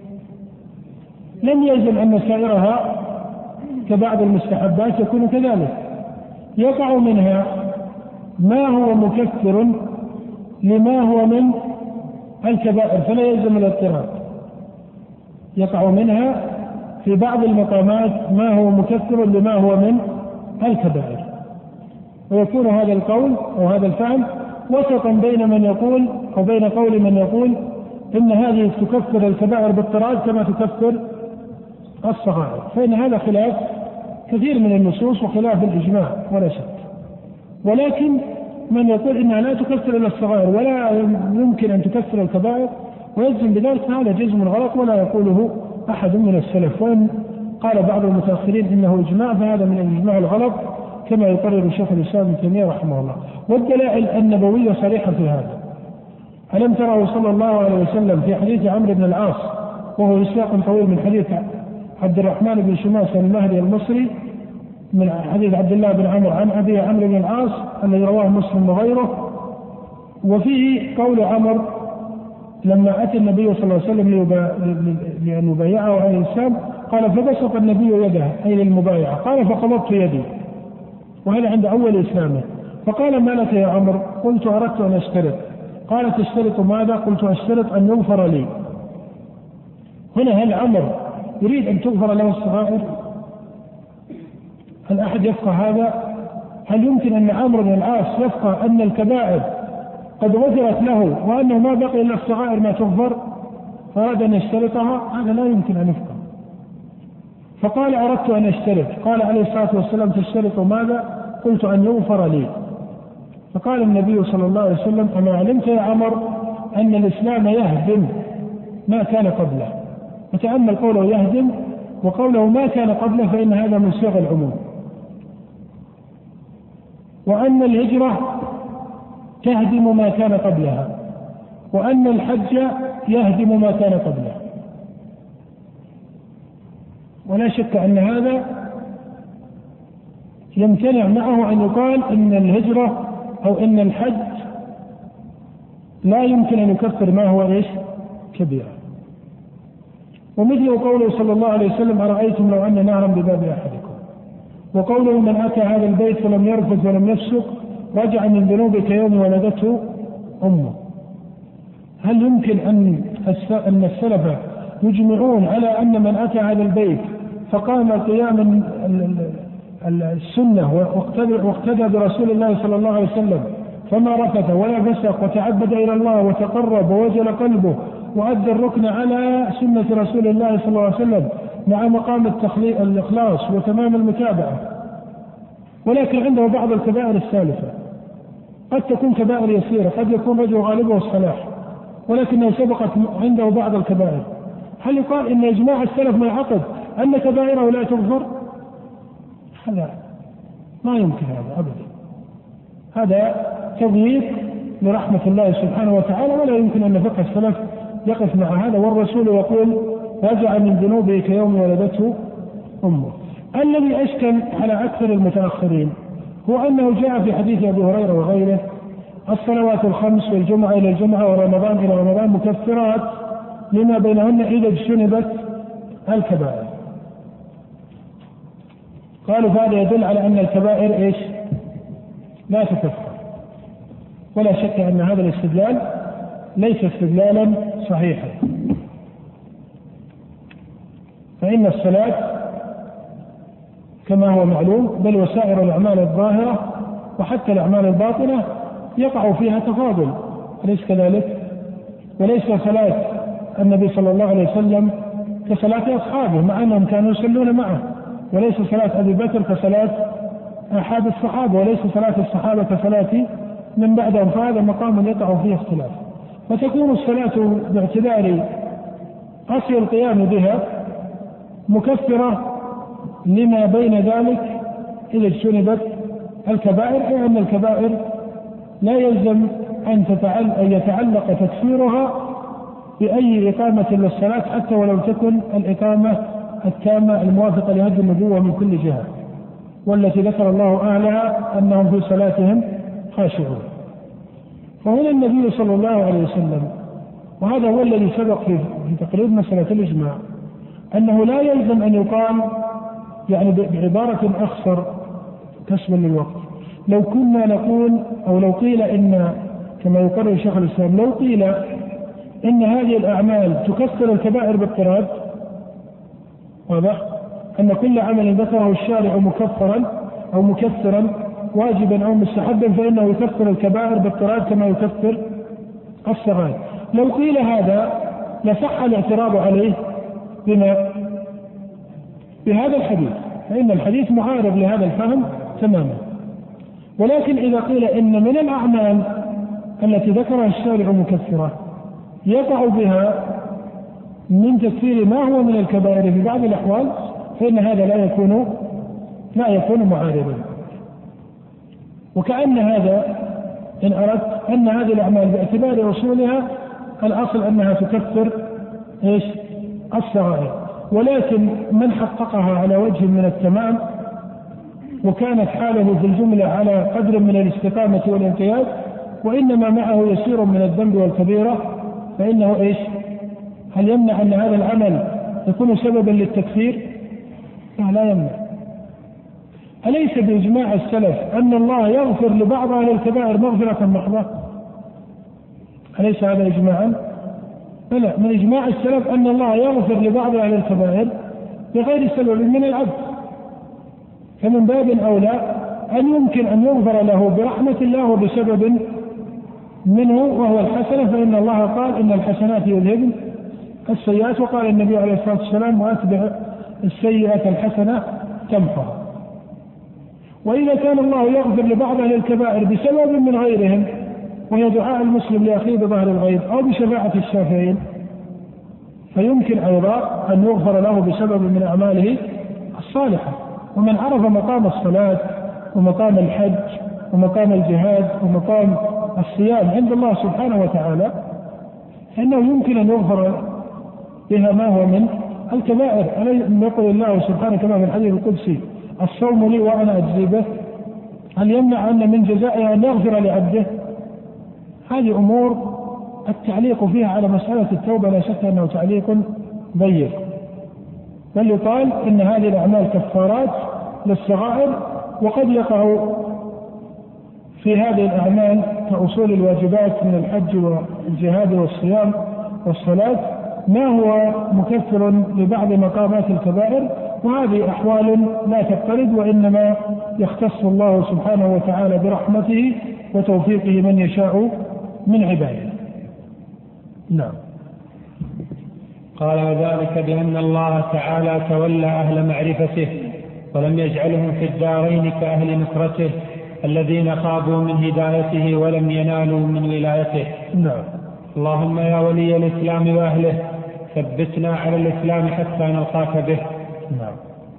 لم يلزم أن سائرها كبعض المستحبات يكون كذلك. يقع منها ما هو مكفر لما هو من الكبائر فلا يلزم الاضطراب. يقع منها في بعض المقامات ما هو مكفر لما هو من الكبائر، ويكون هذا القول أو هذا الفهم وسطا بين من يقول أو بين قول من يقول إن هذه تكفر الكبائر باضطراد كما تكفر الصغائر، فإن هذا خلاف كثير من النصوص وخلاف الإجماع ولا شك. ولكن من يقول إنها لا تكفر إلا الصغائر ولا يمكن أن تكفر الكبائر ويجزم بذلك، هذا جزم غلط ولا يقوله أحد من السلف. وإن قال بعض المتأخرين إنه إجماع فهذا من الإجماع الغلط، كما يقرر شيخ الإسلام ابن تيمية رحمه الله. والدلائل النبوية صريحة في هذا. ألم تروا صلى الله عليه وسلم في حديث عمرو بن العاص، وهو سياق طويل من حديث عبد الرحمن بن شماس المهدي المصري من حديث عبد الله بن عمرو عن أبي عمرو بن العاص الذي رواه مسلم وغيره، وفيه قول عمرو لما أتى النبي صلى الله عليه وسلم لأن يبايعه على الإسلام قال فبسط النبي يده أي للمبايعة، قال فقبضت يدي، وهذا عند أول إسلامه. فقال ما لك يا عمرو؟ قلت أردت أن أشترط. قال تشترط ماذا؟ قلت أشترط أن يغفر لي. هنا هل عمرو يريد أن تغفر له الصغائر؟ هل أحد يفقه هذا؟ هل يمكن أن عمرو بن العاص يفقه أن الكبائر قد غفرت له وأنه ما بقي إلا الصغائر ما تغفر فأراد أن يشترطها؟ هذا لا يمكن أن يفقه. فقال أردت أن أشترط. قال عليه الصلاة والسلام تشترط ماذا؟ قلت أن يغفر لي. فقال النبي صلى الله عليه وسلم أما علمت يا عمر أن الإسلام يهدم ما كان قبله؟ وتأمل قوله يهدم وقوله ما كان قبله، فإن هذا من صيغ العموم. وأن الهجرة تهدم ما كان قبلها، وأن الحج يهدم ما كان قبله. ولا شك أن هذا يمتنع معه أن يقال إن الهجرة أو إن الحج لا يمكن أن يكفر ما هو إيش كبيرة. ومثل قوله صلى الله عليه وسلم أرأيتم لو أن نهرا بباب أحدكم، وقوله من أتى هذا البيت فلم يرفث ولم يفسق رجع من ذنوبه كيوم ولدته أمه. هل يمكن أن السلف يجمعون على أن من أتى هذا البيت فقام قيام السنة واقتدى برسول الله صلى الله عليه وسلم فما رفث ولا فسق وتعبد إلى الله وتقرب ووجل قلبه وأدى الركن على سنة رسول الله صلى الله عليه وسلم مع مقام الإخلاص وتمام المتابعة، ولكن عنده بعض الكبائر السالفة قد تكون كبائر يسيرة، قد يكون رجل غالبه الصلاح ولكنه سبقت عنده بعض الكبائر، هل يقال إن إجماع السلف ما يعقد أن كبائره لا تغفر؟ هذا ما يمكن، هذا أبدا، هذا تضييق لرحمة الله سبحانه وتعالى، ولا يمكن أن فقه السلف يقف مع هذا. والرسول يقول رجع من ذنوبه كيوم ولدته أمه. الذي أشكل على أكثر المتأخرين هو أنه جاء في حديث أبي هريرة وغيره الصلوات الخمس والجمعة إلى الجمعة ورمضان إلى رمضان مكفرات لما بينهن إذا اجتنبت الكبائر. قالوا فهذا يدل على أن الكبائر إيش لا تكفر، ولا شك أن هذا الاستدلال ليس استدلالا صحيحا، فإن الصلاة كما هو معلوم بل وسائر الأعمال الظاهرة وحتى الأعمال الباطنة يقع فيها تفاضل، أليس كذلك؟ وليس صلاة النبي صلى الله عليه وسلم كصلاة أصحابه مع أنهم كانوا يصلون معه، وليس صلاة أبي بكر كصلاة أحد الصحابة، وليس صلاة الصحابة كصلاة من بعدهم، فهذا مقام يقع فيه اختلاف. فتكون الصلاة باعتبار أصل القيام بها مكفرة لما بين ذلك إذا اجتنبت الكبائر، أي أن الكبائر لا يلزم أن يتعلق تكفيرها بأي إقامة للصلاة حتى ولو تكن الإقامة التامة الموافقة لهدي النبوة من كل جهة، والتي ذكر الله أهلها أنهم في صلاتهم خاشعون. فهنا النبي صلى الله عليه وسلم، وهذا هو الذي سبق في تقرير مسألة الإجماع، أنه لا يلزم أن يقال يعني بعبارة أخصر كسبا للوقت، لو كنا نقول أو لو قيل إن كما يقرر شيخ الإسلام لو قيل إن هذه الأعمال تكفر الكبائر باضطراد، واضح أن كل عمل ذكره الشارع مكفرا أو مكفرا واجبا أو مستحبا فإنه يكفر الكبائر باضطراد كما يكفر الصغائر. لو قيل هذا لصح الاعتراض عليه بهذا الحديث، فإن الحديث معارض لهذا الفهم تماما. ولكن إذا قيل إن من الأعمال التي ذكرها الشارع مكفرة يقع بها من تكفير ما هو من الكبائر في بعض الأحوال، فإن هذا لا يكون معارضا. وكأن هذا إن أردت أن هذه الأعمال باعتبار أصولها الأصل أنها تكفر إيش؟ الصغائر، ولكن من حققها على وجه من التمام وكانت حاله في الجملة على قدر من الاستقامة والانقياد وإنما معه يسير من الذنب والكبيرة فإنه إيش؟ هل يمنع أن هذا العمل يكون سببا للتكفير؟ لا يمنع. أليس بإجماع السلف أن الله يغفر لبعض أهل الكبائر مغفرة محضة؟ أليس هذا إجماعا؟ لا، من إجماع السلف أن الله يغفر لبعض أهل الكبائر بغير سبب من العبد، فمن باب أولى أن يمكن أن يغفر له برحمة الله وبسبب منه وهو الحسنة، فإن الله قال إن الحسنات يذهبن السيئات، وقال النبي عليه الصلاة والسلام وأتبع السيئة الحسنة تمحها. وإذا كان الله يغفر لبعض أهل الكبائر بسبب من غيرهم وهي دعاء المسلم لأخيه بظهر الغيب أو بشفاعة الشافعين، فيمكن أيضا أن يغفر له بسبب من أعماله الصالحة. ومن عرف مقام الصلاة ومقام الحج ومقام الجهاد ومقام الصيام عند الله سبحانه وتعالى فإنه يمكن أن يغفر بها ما هو من الكبائر. ألم يقل الله سبحانه كما في الحديث القدسي الصوم لي وأنا أجزي به؟ هل يمنع أن من جزائها أن يغفر لعبده؟ هذه أمور التعليق فيها على مسألة التوبة لا شك أنه تعليق ضيق، بل يقال إن هذه الأعمال كفارات للصغائر، وقد يقع في هذه الأعمال كأصول الواجبات من الحج والجهاد والصيام والصلاة ما هو مكفر لبعض مقامات الكبائر، وهذه أحوال لا تقترض، وإنما يختص الله سبحانه وتعالى برحمته وتوفيقه من يشاء من عباده. نعم. قال وذلك بأن الله تعالى تولى أهل معرفته ولم يجعلهم في الدارين كأهل نصرته الذين خابوا من هدايته ولم ينالوا من ولايته. نعم. اللهم يا ولي الإسلام وأهله ثبتنا على الإسلام حتى نلقاك به. نعم.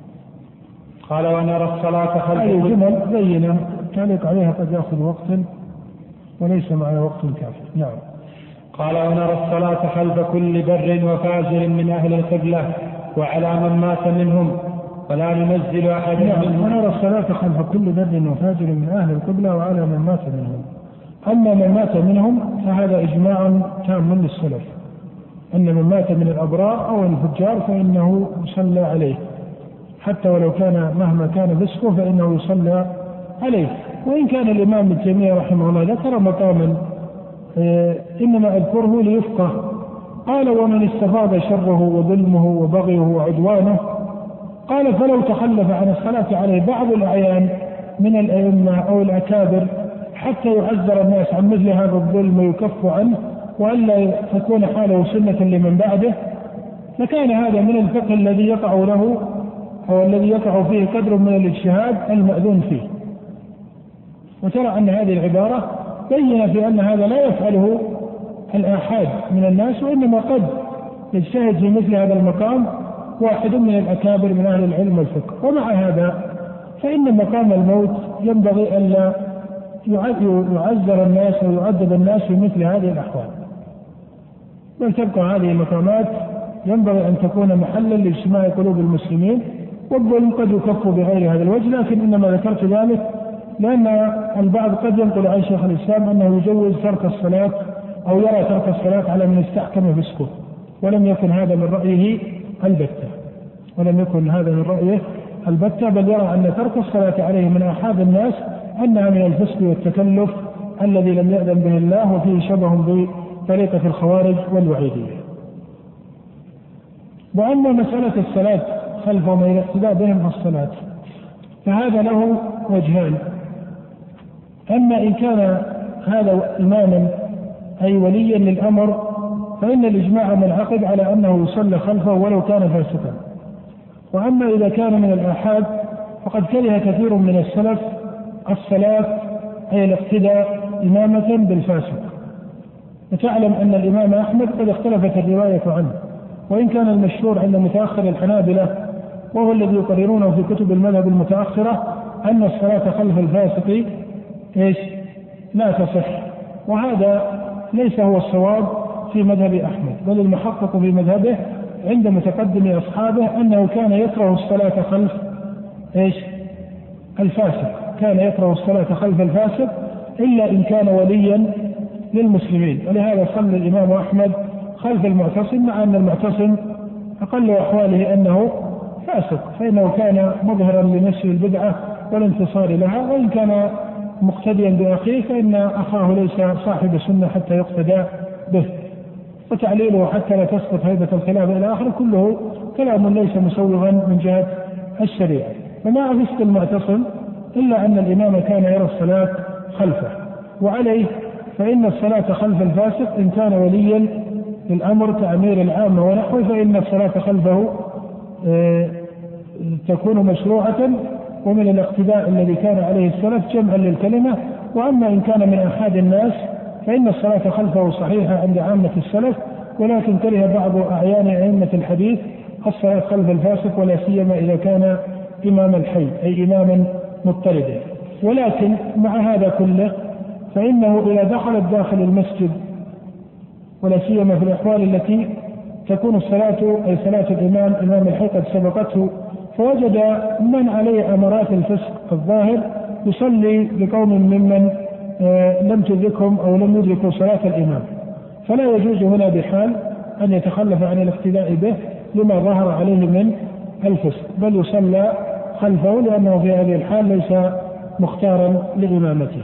قال ونرى الصلاة خلف هذه جمل بينة تعليق عليها قد يأخذ وقت وليس معنا وقت كافي. نعم. قال ونرى الصلاة خلف كل بر وفاجر من أهل القبلة وعلى من مات منهم ولا ننزل أحدا منهم. ونرى الصلاة خلف كل بر وفاجر من أهل القبلة وعلى من مات منهم. أما من مات منهم فهذا إجماع تام للسلف أن من مات من الأبرار أو الفجار فإنه يصلى عليه، حتى ولو كان مهما كان فسقه فإنه يصلى عليه. وإن كان الإمام ابن تيمية رحمه الله ذكر مقاما إنما أذكره ليفقه، قال ومن استفاض شره وظلمه وبغيه وعدوانه، قال فلو تخلف عن الصلاة عليه بعض الأعيان من الأئمة أو الأكابر حتى يعذر الناس عن مثل هذا الظلم ويكف عنه وألا تكون حاله سنة لمن بعده، لكان هذا من الفقه الذي يقع له أو الذي يقع فيه قدر من الاجتهاد المأذون فيه. وترى أن هذه العبارة بين في أن هذا لا يفعله الآحاد من الناس، وإنما قد يجتهد في مثل هذا المقام واحد من الأكابر من أهل العلم والفقه. ومع هذا فإن مقام الموت ينبغي ألا يعذر الناس ويعذب الناس في مثل هذه الأحوال، بل تبقى هذه المقامات ينبغي أن تكون محلا لاجتماع قلوب المسلمين، والظلم قد يكف بغير هذا الوجه. لكن إنما ذكرت ذلك لأن البعض قد ينقل عن شيخ الإسلام أنه يجوز ترك الصلاة أو يرى ترك الصلاة على من استحكم فسقه، ولم يكن هذا من رأيه البتة، بل يرى أن ترك الصلاة عليه من أحد الناس أنها من الفسق والتكلف الذي لم يأذن به الله، وفيه شبه بطريقة الخوارج والوعيدية. وأما مسألة الصلاة خلفهم إلى اقتداء بهم في الصلاة فهذا له وجهان. أما إن كان هذا إماما أي وليا للأمر فإن الإجماع منعقد على أنه يصلى خلفه ولو كان فاسقا. وأما إذا كان من الآحاد فقد كره كثير من السلف الصلاة أي الاقتداء إمامة بالفاسق. وتعلم أن الإمام أحمد قد اختلفت الرواية عنه، وإن كان المشهور عند متأخر الحنابلة وهو الذي يقررونه في كتب المذهب المتأخرة أن الصلاة خلف الفاسق لا تصح. وهذا ليس هو الصواب في مذهب أحمد، بل المحقق في مذهبه عند متقدم أصحابه أنه كان يكره الصلاة خلف الفاسق، كان يكره الصلاة خلف الفاسق إلا إن كان وليا للمسلمين. ولهذا صلى الإمام أحمد خلف المعتصم، مع أن المعتصم أقل أحواله أنه فاسق، فإنه كان مظهرا لنشر البدعة والانتصار لها، وإن كان مقتديا بأخيه فإن أخاه ليس صاحب سنة حتى يقتدى به، وتعليله حتى لا تسقط هيبة الخلاف إلى آخره كله كلام ليس مسوغا من جهة الشريعة. فما أفسق المعتصم إلا أن الإمام كان يرى الصلاة خلفه، وعليه فإن الصلاة خلف الفاسق إن كان وليا للأمر كأمير العامة ونحوه فإن الصلاة خلفه تكون مشروعة ومن الاقتداء الذي كان عليه السلف جمعا للكلمة. وأما إن كان من أحد الناس فإن الصلاة خلفه صحيحة عند عامة السلف، ولكن كره بعض أعيان أئمة الحديث الصلاة خلف الفاسق، ولا سيما إذا كان إمام الحي أي إماما مضطردا. ولكن مع هذا كله فإنه إذا دخلت داخل المسجد، ولا سيما في الأحوال التي تكون الصلاة أي صلاة الإمام إمام الحي قد سبقته، فوجد من عليه أمرات الفسق الظاهر يصلي بقوم ممن لم تدركهم أو لم يدركوا صلاة الإمام، فلا يجوز هنا بحال أن يتخلف عن الاقتداء به لما ظهر عليه من الفسق، بل يصلى خلفه لأنه في هذه الحال ليس مختارا لإمامته،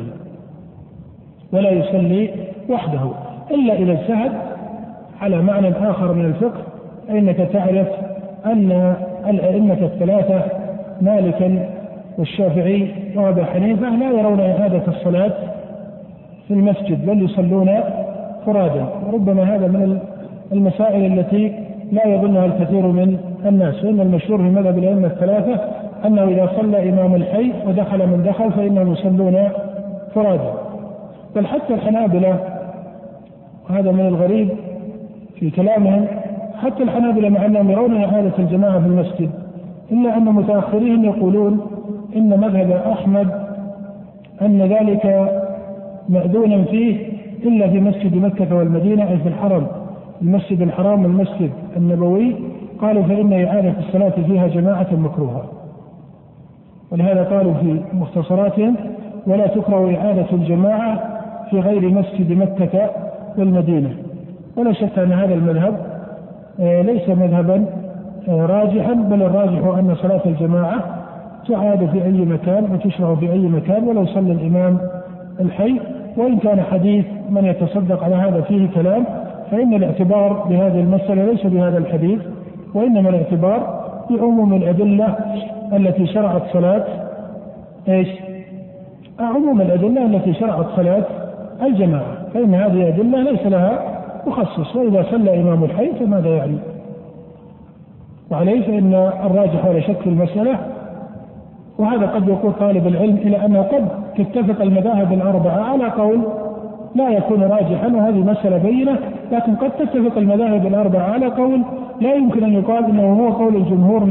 ولا يصلي وحده إلا إذا اجتهد على معنى آخر من الفقه. فإنك تعرف أن الأئمة الثلاثة مالكا والشافعي وأبا حنيفة لا يرون إعادة الصلاة في المسجد بل يصلون فرادا، وربما هذا من المسائل التي لا يظنها الكثير من الناس. وإن المشهور في مذهب الأئمة الثلاثة أنه إذا صلى إمام الحي ودخل من دخل فإنهم يصلون فرادا. بل حتى الحنابلة، وهذا من الغريب في كلامهم، حتى الحنابلة مع أنهم يرون إعادة الجماعة في المسجد إلا أن متأخرين يقولون إن مذهب أحمد أن ذلك مأذونا فيه إلا في مسجد مكة والمدينة أي في الحرم، المسجد الحرام والمسجد النبوي، قالوا فإن إعادة الصلاة فيها جماعة مكروهة. ولهذا قالوا في مختصراتهم ولا تكره إعادة الجماعة في غير مسجد مكة والمدينة. ولا شك أن هذا المذهب ليس مذهبا راجحا، بل الراجح أن صلاة الجماعة تعاد في أي مكان وتشرع في أي مكان ولو صلى الإمام الحي. وإن كان حديث من يتصدق على هذا فيه كلام، فإن الاعتبار بهذه المسألة ليس بهذا الحديث، وإنما الاعتبار بعموم الأدلة التي شرعت صلاة عموم الأدلة التي شرعت صلاة الجماعة، فإن هذه أدلة ليس لها مخصص، وإذا صلى إمام الحي فماذا يعني؟ وعليه فإن الراجح ولا شك في المسألة. وهذا قد يقول طالب العلم إلى أنه قد تتفق المذاهب الأربعة على قول لا يكون راجحا، وهذه مسألة بينة، لكن قد تتفق المذاهب الأربعة على قول لا يمكن أن يقال إنه هو قول الجمهور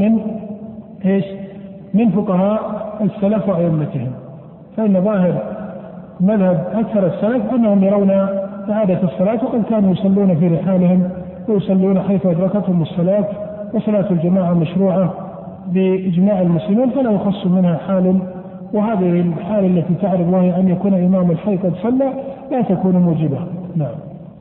من فقهاء السلف وأئمتهم. فإن ظاهر مذهب أكثر السلف أنهم يرون إعادة الصلاة، وقد كانوا يصلون في رحالهم ويصلون حيث أدركتهم الصلاة، وصلاة الجماعة مشروعة بإجماع المسلمين فلا يخص منها حال. وهذه الحالة التي تعرض وهي أن يكون إمام الحي قد صلى لا تكون موجبة. نعم.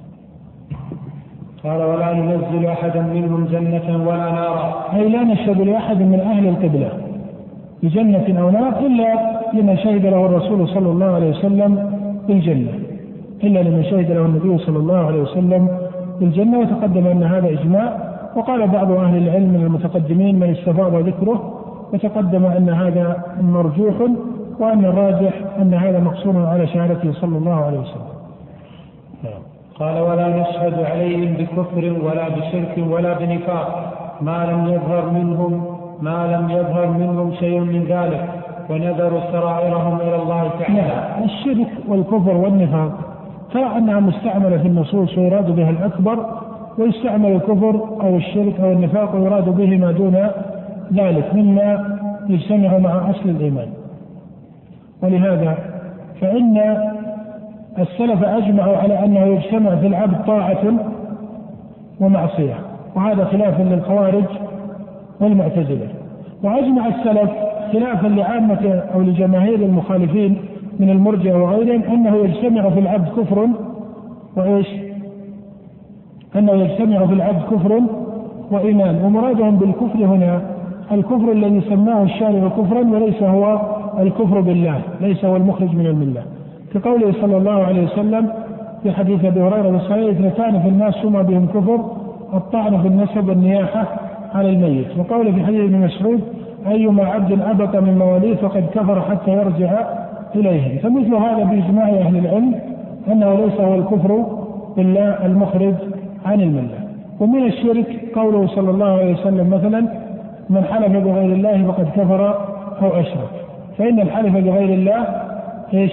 قال ولا ننزل أحدا منهم جنة ولا نارا، أي لا نشهد لأحد من أهل القبلة بجنة أو نار إلا لمن شهد له الرسول صلى الله عليه وسلم بالجنة، إلا لمن شهد له النبي صلى الله عليه وسلم بالجنة. وتقدم أن هذا إجماع، وقال بعض أهل العلم من المتقدمين من استفاض ذكره، وتقدم أن هذا مرجوح، وأن الراجح أن هذا مقصور على شهادته صلى الله عليه وسلم. قال ولا نشهد عليهم بكفر ولا بشرك ولا بنفاق ما لم يظهر منهم شيء من ذلك، ونذروا سرائرهم إلى الله تعالى. الشرك والكفر والنفاق ترى أنها مستعملة في النصوص ويراد بها الأكبر، ويستعمل الكفر أو الشرك أو النفاق ويراد به ما دون ذلك مما يجتمع مع أصل الإيمان. ولهذا فإن السلف أجمعوا على أنه يجتمع في العبد طاعة ومعصية، وهذا خلاف للخوارج والمعتزلة. وأجمع السلف خلافا لعامة أو لجماهير المخالفين من المرجئة وغيرهم أنه يجتمع في العبد كفر وإيش؟ أنه يجتمع في العبد كفر وإيمان، ومرادهم بالكفر هنا الكفر الذي سماه الشارع كفرا وليس هو الكفر بالله، ليس هو المخرج من الملة، كقوله صلى الله عليه وسلم في حديث أبي هريرة والصحيح: اثنتان في الناس سمع بهم كفر، الطعن في النسب والنياحة على الميت. وقوله في حديث ابن مسعود: أيما عبد أبط من مواليه فقد كفر حتى يرجع إليهم. فمثل هذا بإجماع أهل العلم أنه ليس هو الكفر بالله المخرج عن الملة. ومن الشرك قوله صلى الله عليه وسلم مثلا: من حلف بغير الله فقد كفر أو أشرك. فإن الحلف بغير الله إيش؟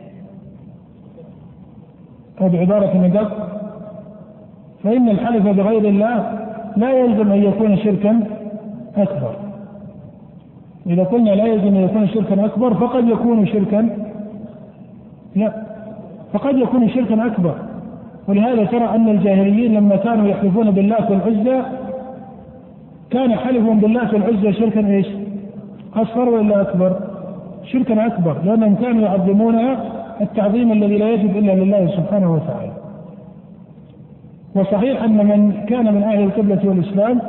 أو بعبارة ندق، فإن الحلف بغير الله لا يلزم أن يكون شركا أكبر. إذا قلنا لا يلزم أن يكون شركا أكبر فقد يكون شركا، لا، فقد يكون شركا أكبر. ولهذا ترى أن الجاهليين لما كانوا يحلفون بالله والعزى كان حلفهم بالله والعزى شركا إيش؟ أصغر ولا أكبر؟ شركا أكبر، لأنهم كانوا يعظمونها التعظيم الذي لا يجب إلا لله سبحانه وتعالى. وصحيح أن من كان من أهل القبلة والإسلام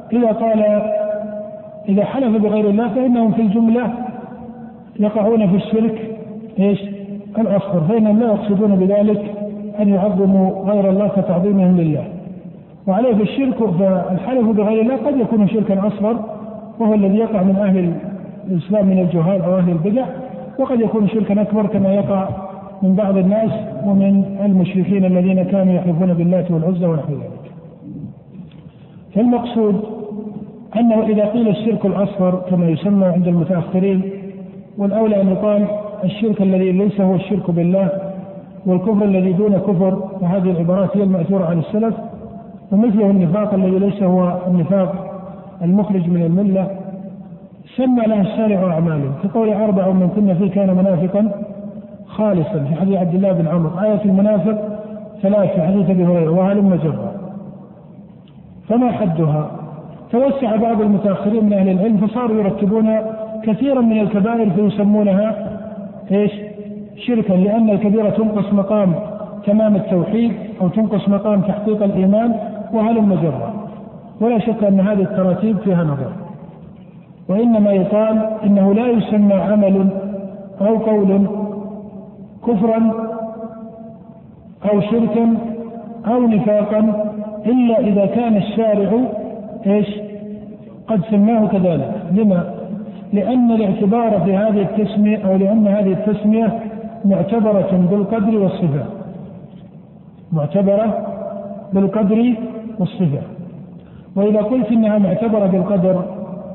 إذا حلف بغير الله فإنهم في الجملة يقعون في الشرك إيش؟ الأصغر، فإنهم لا يقصدون بذلك أن يعظموا غير الله كتعظيمهم لله. وعليه في الشرك فالحلف بغير الله قد يكون شركا أصغر وهو الذي يقع من أهل الإسلام من الجهال أو أهل البدع، وقد يكون شركا أكبر كما يقع من بعض الناس ومن المشركين الذين كانوا يحلفون بالله والعزى ونحو ذلك. فالمقصود أنه إذا قيل الشرك الأصغر كما يسمى عند المتأخرين، والأولى أن يقال الشرك الذي ليس هو الشرك بالله، والكفر الذي دون كفر، وهذه العبارات هي المأثورة عن السلف. ومثله النفاق الذي ليس هو النفاق المخرج من الملة سمى له الشارع أعماله، كقول 4 من كنا فيه كان منافقا خالصا في حديث عبد الله بن عمرو، آية المنافق 3 في حديث أبي هريرة، وهلم جرا. فما حدها؟ توسع بعض المتأخرين من أهل العلم فصاروا يرتبون كثيرا من الكبائر فيسمونها إيش؟ شركا، لأن الكبيرة تنقص مقام تمام التوحيد أو تنقص مقام تحقيق الإيمان وهلم جرا. ولا شك أن هذه التراتيب فيها نظر، وإنما يقال إنه لا يسمى عمل أو قول كفرا أو شركا أو نفاقا إلا إذا كان الشارع إيش؟ قد سماه كذلك. لما؟ لأن الاعتبار في هذه التسمية أو لأن هذه التسمية معتبرة بالقدر والصفة، معتبرة بالقدر والصفة. وإذا قلت إنها معتبرة بالقدر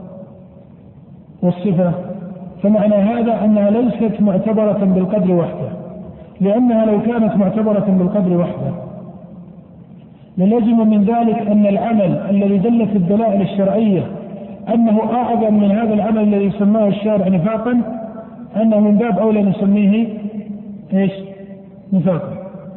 والصفة فمعنى هذا أنها ليست معتبرة بالقدر وحده، لأنها لو كانت معتبرة بالقدر وحده للزم من ذلك أن العمل الذي دلت الدلائل الشرعية أنه أعظم من هذا العمل الذي سماه الشارع نفاقا، أنه من باب أولى نسميه إيش؟ نفاقا.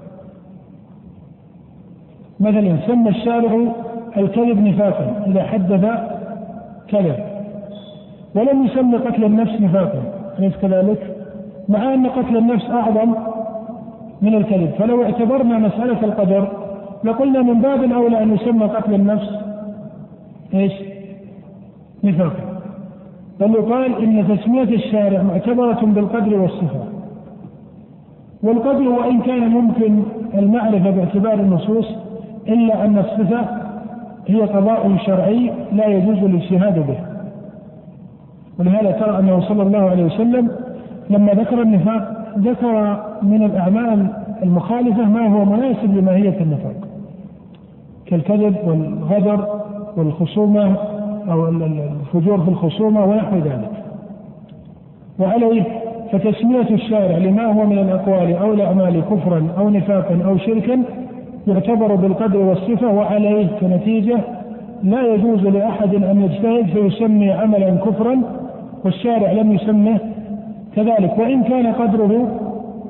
مثلا سمى الشارع الكذب نفاقا إذا حدث كذب، ولم يسمى قتل النفس نفاقا، أليس كذلك؟ مع أن قتل النفس أعظم من الكذب. فلو اعتبرنا مسألة القدر لقلنا من باب الأولى أن يسمى قتل النفس إيش؟ نفاقا. بل يقال إن تسمية الشارع معتبرة بالقدر والصفة. والقدر وإن كان ممكن المعرفة باعتبار النصوص إلا أن الصفة هي قضاء شرعي لا يجوز الاجتهاد به. ولهذا ترى أنه صلى الله عليه وسلم لما ذكر النفاق ذكر من الأعمال المخالفة ما هو مناسب لماهية النفاق كالكذب والغدر والخصومة أو الفجور في الخصومة ونحو ذلك. وعليه فتسمية الشارع لما هو من الأقوال أو الأعمال كفرا أو نفاقا أو شركا يعتبر بالقدر والصفة، وعليه كنتيجة لا يجوز لأحد أن يجتهد فيسمي عملا كفرا والشارع لم يسمه كذلك، وإن كان قدره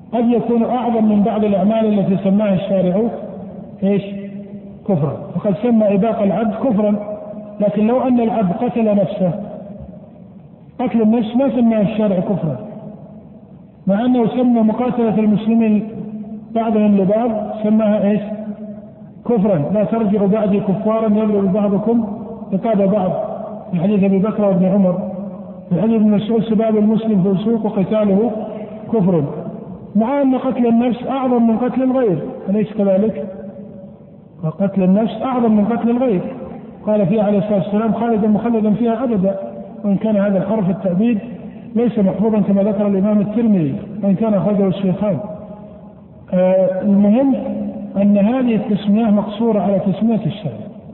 قد يكون أعظم من بعض الأعمال التي سماها الشارع كفرا، وقد سمى إباق العبد كفرا. لكن لو أن العبد قتل نفسه، قتل النفس ما سماه الشارع كفرا، مع أنه سمى مقاتلة المسلمين بعضهم لبعض سماها كفرا. لا ترجعوا بعدي كفارا يضرب بعضكم رقاب بعض، في حديث أبي بكر وابن عمر. في حديث ابن مسعود سباب المسلم فسوق وقتاله كفر، مع أن قتل النفس أعظم من قتل الغير، أليس كذلك؟ وقتل النفس أعظم من قتل الغير، قال فيها عليه الصلاة والسلام خالدا مخلدا فيها أبدا، وإن كان هذا الحرف التأبيد ليس محفوظا كما ذكر الإمام الترمذي، وإن كان أخرجه الشيخان. المهم أن هذه التسمية مقصورة على تسمية الشرع.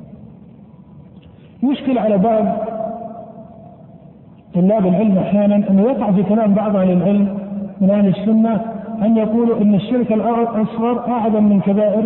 يشكل على بعض طلاب العلم أحيانا أن يقع في كلام بعض أهل العلم من أهل السنة أن يقولوا أن الشرك الأصغر أعظم من كبائر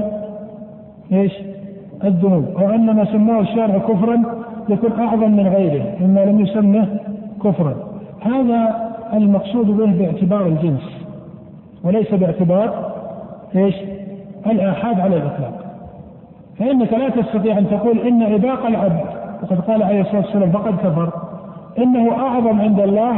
الذنوب، وأن ما سماه الشارع كفرا يكون أعظم من غيره مما لم يسمه كفرا. هذا المقصود به باعتبار الجنس وليس باعتبار الآحاد على الإطلاق. فإنك لا تستطيع أن تقول إن إباق العبد، وقد قال عليه الصلاة والسلام فقد كفر، إنه أعظم عند الله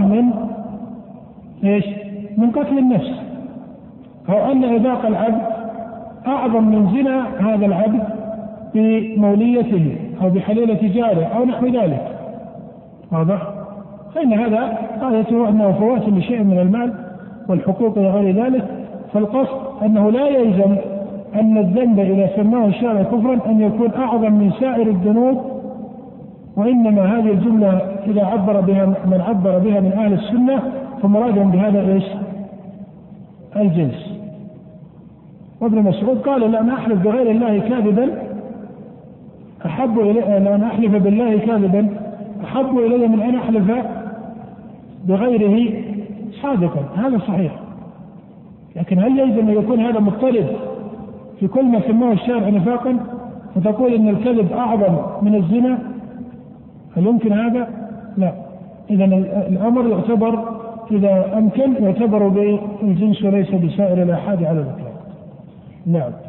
من قتل النفس، أو أن إباق العبد أعظم من زنا هذا العبد بموليته أو بحليلة جاره أو نحو ذلك. واضح؟ فإن هذا غايته أنه فوات لشيء من المال والحقوق وغير ذلك. فالقصد أنه لا يلزم أن الذنب إذا سماه الشارع كفرا أن يكون أعظم من سائر الذنوب، وإنما هذه الجملة إذا عبر بها من عبر بها من أهل السنة فمرادهم بهذا الجنس. وابن مسعود قال لأن أحلف بغير الله كاذبا أحب إلي، لأن أحلف بالله كاذبا أحب إلي من أن أحلف بغيره صادقا. هذا صحيح، لكن هل يجب أن يكون هذا مضطرد في كل ما سماه الشارع نفاقا فتقول إن الكذب أعظم من الزنا؟ هل يمكن هذا؟ لا. إذا الأمر يعتبر إذا أمكن يعتبر بالجنس وليس بسائر الآحاد على الإطلاق. نعم.